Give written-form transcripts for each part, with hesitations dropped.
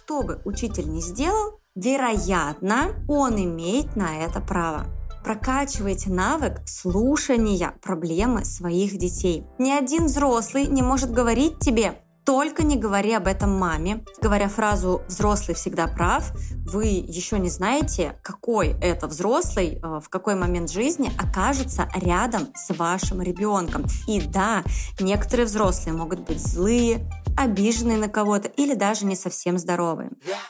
Что бы учитель ни сделал, вероятно, он имеет на это право. Прокачивайте навык слушания проблемы своих детей. Ни один взрослый не может говорить тебе: только не говори об этом маме. Говоря фразу «взрослый всегда прав», вы еще не знаете, какой это взрослый в какой момент жизни окажется рядом с вашим ребенком. И да, некоторые взрослые могут быть злые, обиженные на кого-то или даже не совсем здоровые.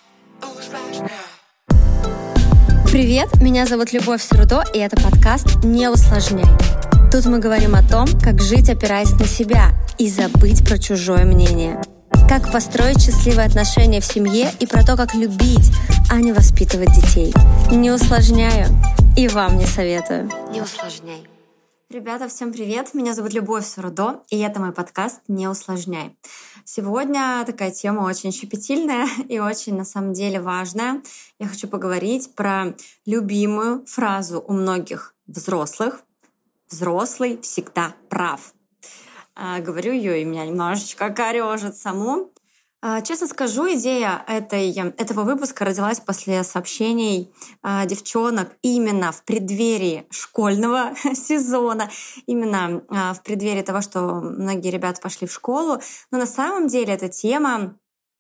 Привет, меня зовут Любовь Срудо, и это подкаст «Не усложняй». Тут мы говорим о том, как жить, опираясь на себя, и забыть про чужое мнение. Как построить счастливые отношения в семье и про то, как любить, а не воспитывать детей. Не усложняю, и вам не советую. Не усложняй. Ребята, всем привет! Меня зовут Любовь Срудо, и это мой подкаст «Не усложняй». Сегодня такая тема очень щепетильная и очень, на самом деле, важная. Я хочу поговорить про любимую фразу у многих взрослых: «Взрослый всегда прав». Говорю ее, и меня немножечко корёжит саму. Честно скажу, идея этого выпуска родилась после сообщений девчонок именно в преддверии школьного сезона, именно в преддверии того, что многие ребята пошли в школу. Но на самом деле эта тема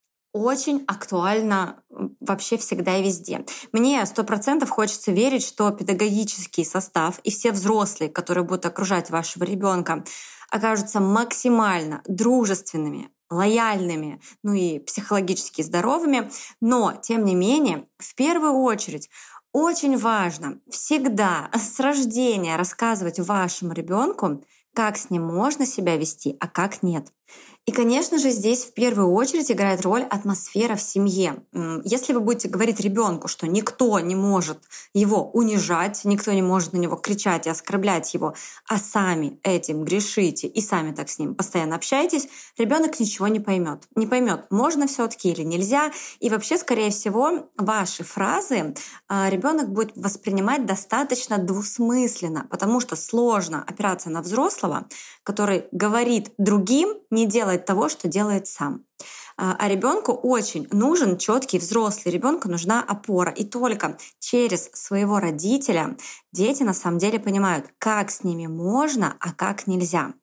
очень актуальна вообще всегда и везде. Мне 100% хочется верить, что педагогический состав и все взрослые, которые будут окружать вашего ребенка, окажутся максимально дружественными, лояльными, и психологически здоровыми. Но, тем не менее, в первую очередь очень важно всегда с рождения рассказывать вашему ребенку, как с ним можно себя вести, а как нет. И, конечно же, здесь в первую очередь играет роль атмосфера в семье. Если вы будете говорить ребенку, что никто не может его унижать, никто не может на него кричать и оскорблять его, а сами этим грешите и сами так с ним постоянно общаетесь, ребенок ничего не поймет. Не поймет, можно все-таки или нельзя. И вообще, скорее всего, ваши фразы ребенок будет воспринимать достаточно двусмысленно, потому что сложно опираться на взрослого, который говорит другим не делать того, что делает сам. А ребенку очень нужен четкий взрослый, ребенку нужна опора. И только через своего родителя дети на самом деле понимают, как с ними можно, а как нельзя.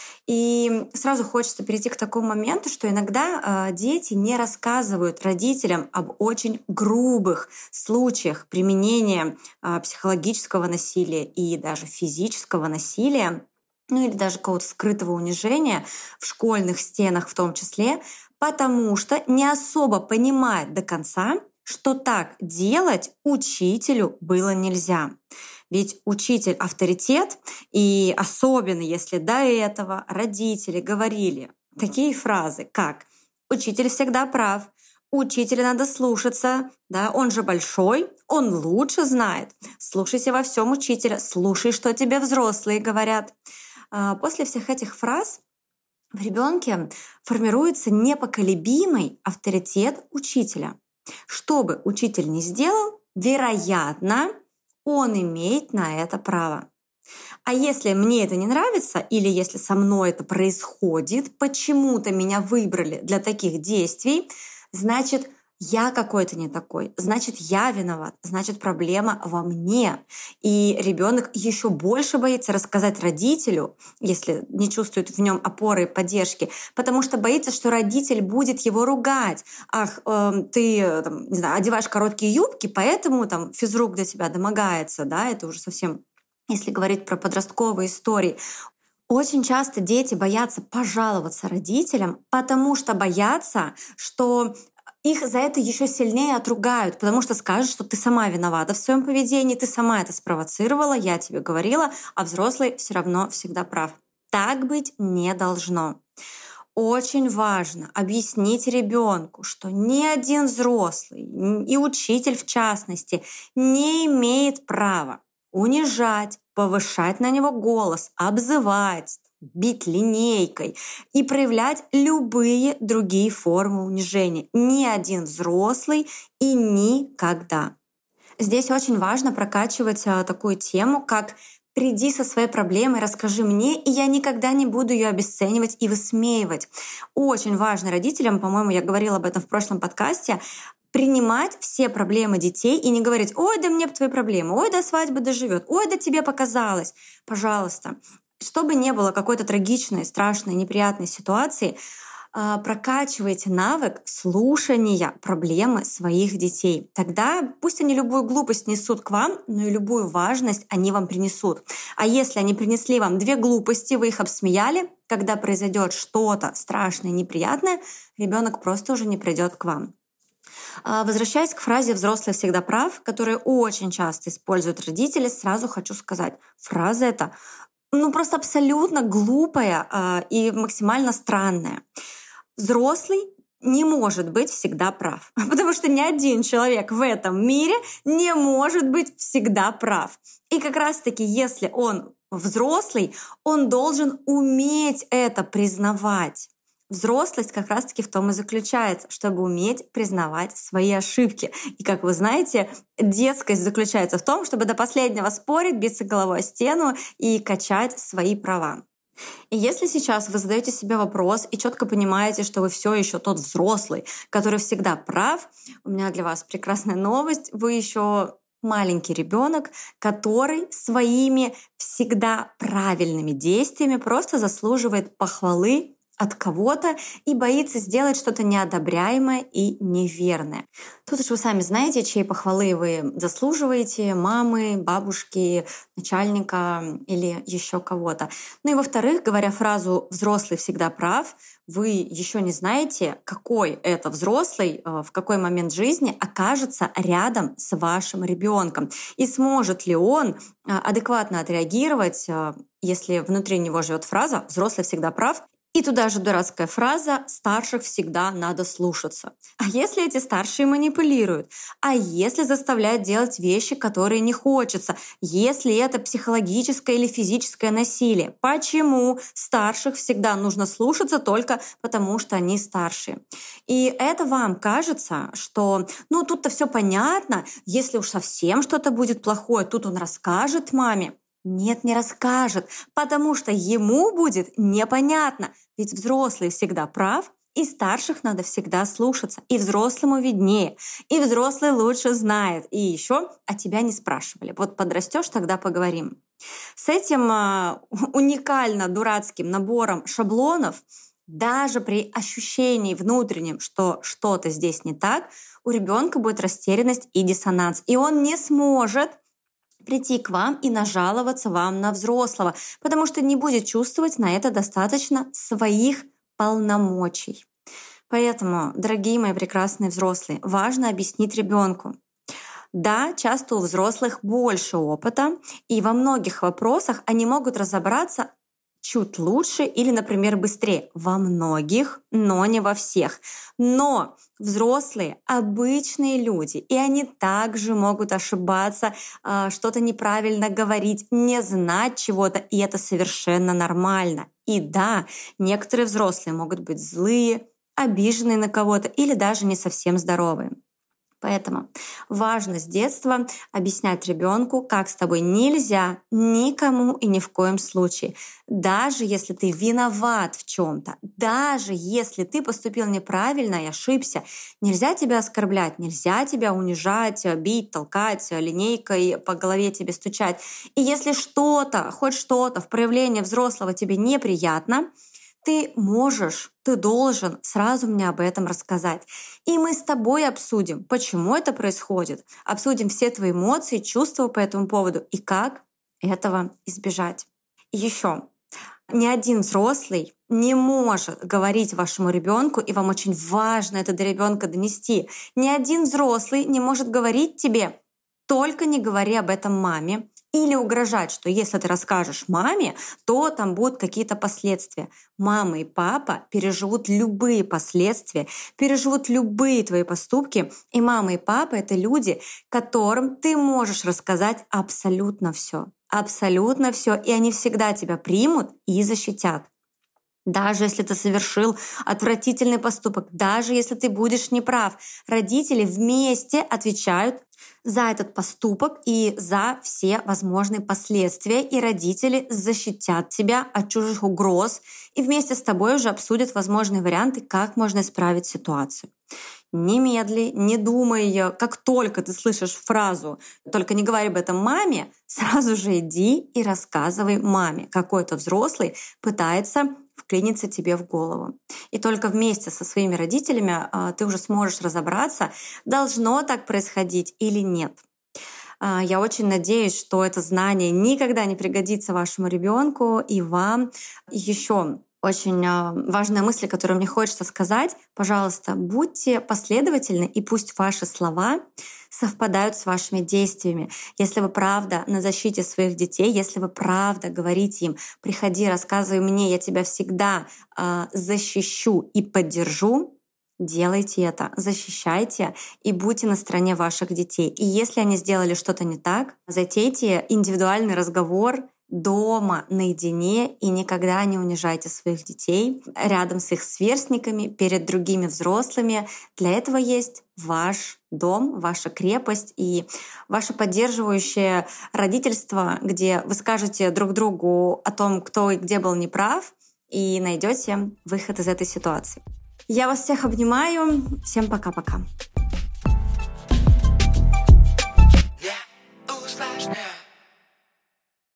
И сразу хочется перейти к такому моменту, что иногда дети не рассказывают родителям об очень грубых случаях применения психологического насилия и даже физического насилия, или даже какого-то скрытого унижения в школьных стенах в том числе, потому что не особо понимает до конца, что так делать учителю было нельзя. Ведь учитель — авторитет, и особенно если до этого родители говорили такие фразы, как «учитель всегда прав», «учителя надо слушаться», да, «он же большой, он лучше знает», «слушайся во всем учителя», «слушай, что тебе взрослые говорят». После всех этих фраз в ребенке формируется непоколебимый авторитет учителя. Что бы учитель ни сделал, вероятно, он имеет на это право. А если мне это не нравится, или если со мной это происходит, почему-то меня выбрали для таких действий, значит, я какой-то не такой, значит, я виноват, значит, проблема во мне. И ребенок еще больше боится рассказать родителю, если не чувствует в нем опоры и поддержки, потому что боится, что родитель будет его ругать. Ах, ты одеваешь короткие юбки, поэтому физрук до тебя домогается, да, это уже совсем, если говорить про подростковые истории. Очень часто дети боятся пожаловаться родителям, потому что боятся, что их за это еще сильнее отругают, потому что скажут, что ты сама виновата в своем поведении, ты сама это спровоцировала, я тебе говорила, а взрослый все равно всегда прав. Так быть не должно. Очень важно объяснить ребенку, что ни один взрослый, и учитель в частности, не имеет права унижать, повышать на него голос, обзывать, бить линейкой и проявлять любые другие формы унижения. Ни один взрослый и никогда. Здесь очень важно прокачивать такую тему, как приди со своей проблемой, расскажи мне, и я никогда не буду ее обесценивать и высмеивать. Очень важно родителям, по-моему, я говорила об этом в прошлом подкасте, принимать все проблемы детей и не говорить: ой, да мне твои проблемы, ой, да свадьба доживет, ой, да тебе показалось. Пожалуйста, чтобы не было какой-то трагичной, страшной, неприятной ситуации, прокачивайте навык слушания проблемы своих детей. Тогда пусть они любую глупость несут к вам, но и любую важность они вам принесут. А если они принесли вам 2 глупости, вы их обсмеяли, когда произойдет что-то страшное, неприятное, ребенок просто уже не придет к вам. Возвращаясь к фразе «взрослый всегда прав», которую очень часто используют родители, сразу хочу сказать, фраза эта просто абсолютно глупая и максимально странная. Взрослый не может быть всегда прав, потому что ни один человек в этом мире не может быть всегда прав. И как раз-таки, если он взрослый, он должен уметь это признавать. Взрослость как раз-таки в том и заключается, чтобы уметь признавать свои ошибки. И, как вы знаете, детскость заключается в том, чтобы до последнего спорить, биться головой о стену и качать свои права. И если сейчас вы задаете себе вопрос и четко понимаете, что вы все еще тот взрослый, который всегда прав, у меня для вас прекрасная новость: вы еще маленький ребенок, который своими всегда правильными действиями просто заслуживает похвалы от кого-то и боится сделать что-то неодобряемое и неверное. Тут уж вы сами знаете, чьей похвалы вы заслуживаете: мамы, бабушки, начальника или еще кого-то. И во-вторых, говоря фразу «взрослый всегда прав», вы еще не знаете, какой это взрослый в какой момент жизни окажется рядом с вашим ребенком и сможет ли он адекватно отреагировать, если внутри него живет фраза «взрослый всегда прав». И туда же дурацкая фраза «старших всегда надо слушаться». А если эти старшие манипулируют? А если заставляют делать вещи, которые не хочется? Если это психологическое или физическое насилие? Почему старших всегда нужно слушаться только потому, что они старшие? И это вам кажется, что тут-то все понятно, если уж совсем что-то будет плохое, тут он расскажет маме. Нет, не расскажет, потому что ему будет непонятно. Ведь взрослый всегда прав, и старших надо всегда слушаться. И взрослому виднее, и взрослый лучше знает. И еще о тебя не спрашивали. Вот подрастешь, тогда поговорим. С этим уникально дурацким набором шаблонов, даже при ощущении внутреннем, что что-то здесь не так, у ребенка будет растерянность и диссонанс. И он не сможет прийти к вам и нажаловаться вам на взрослого, потому что не будет чувствовать на это достаточно своих полномочий. Поэтому, дорогие мои прекрасные взрослые, важно объяснить ребенку. Да, часто у взрослых больше опыта, и во многих вопросах они могут разобраться чуть лучше или, например, быстрее. Во многих, но не во всех. Но взрослые — обычные люди, и они также могут ошибаться, что-то неправильно говорить, не знать чего-то, и это совершенно нормально. И да, некоторые взрослые могут быть злые, обиженные на кого-то или даже не совсем здоровые. Поэтому важно с детства объяснять ребенку, как с тобой нельзя никому и ни в коем случае. Даже если ты виноват в чем-то, даже если ты поступил неправильно и ошибся, нельзя тебя оскорблять, нельзя тебя унижать, бить, толкать, линейкой по голове тебе стучать. И если что-то, хоть что-то в проявлении взрослого тебе неприятно, ты можешь, ты должен сразу мне об этом рассказать. И мы с тобой обсудим, почему это происходит, обсудим все твои эмоции, чувства по этому поводу и как этого избежать. И еще, ни один взрослый не может говорить вашему ребенку, и вам очень важно это до ребенка донести. Ни один взрослый не может говорить тебе: только не говори об этом маме. Или угрожать, что если ты расскажешь маме, то там будут какие-то последствия. Мама и папа переживут любые последствия, переживут любые твои поступки. И мама и папа — это люди, которым ты можешь рассказать абсолютно все. Абсолютно все. И они всегда тебя примут и защитят. Даже если ты совершил отвратительный поступок, даже если ты будешь неправ, родители вместе отвечают за этот поступок и за все возможные последствия, и родители защитят тебя от чужих угроз и вместе с тобой уже обсудят возможные варианты, как можно исправить ситуацию. Не медли, не думай, как только ты слышишь фразу «только не говори об этом маме», сразу же иди и рассказывай маме. Какой-то взрослый пытается вклиниться тебе в голову. И только вместе со своими родителями ты уже сможешь разобраться, должно так происходить или нет. Я очень надеюсь, что это знание никогда не пригодится вашему ребенку и вам. Еще очень важная мысль, которую мне хочется сказать. Пожалуйста, будьте последовательны, и пусть ваши слова совпадают с вашими действиями. Если вы правда на защите своих детей, если вы правда говорите им: приходи, рассказывай мне, я тебя всегда защищу и поддержу, делайте это, защищайте и будьте на стороне ваших детей. И если они сделали что-то не так, затейте индивидуальный разговор дома, наедине, и никогда не унижайте своих детей рядом с их сверстниками, перед другими взрослыми. Для этого есть ваш дом, ваша крепость и ваше поддерживающее родительство, где вы скажете друг другу о том, кто и где был неправ, и найдете выход из этой ситуации. Я вас всех обнимаю. Всем пока-пока.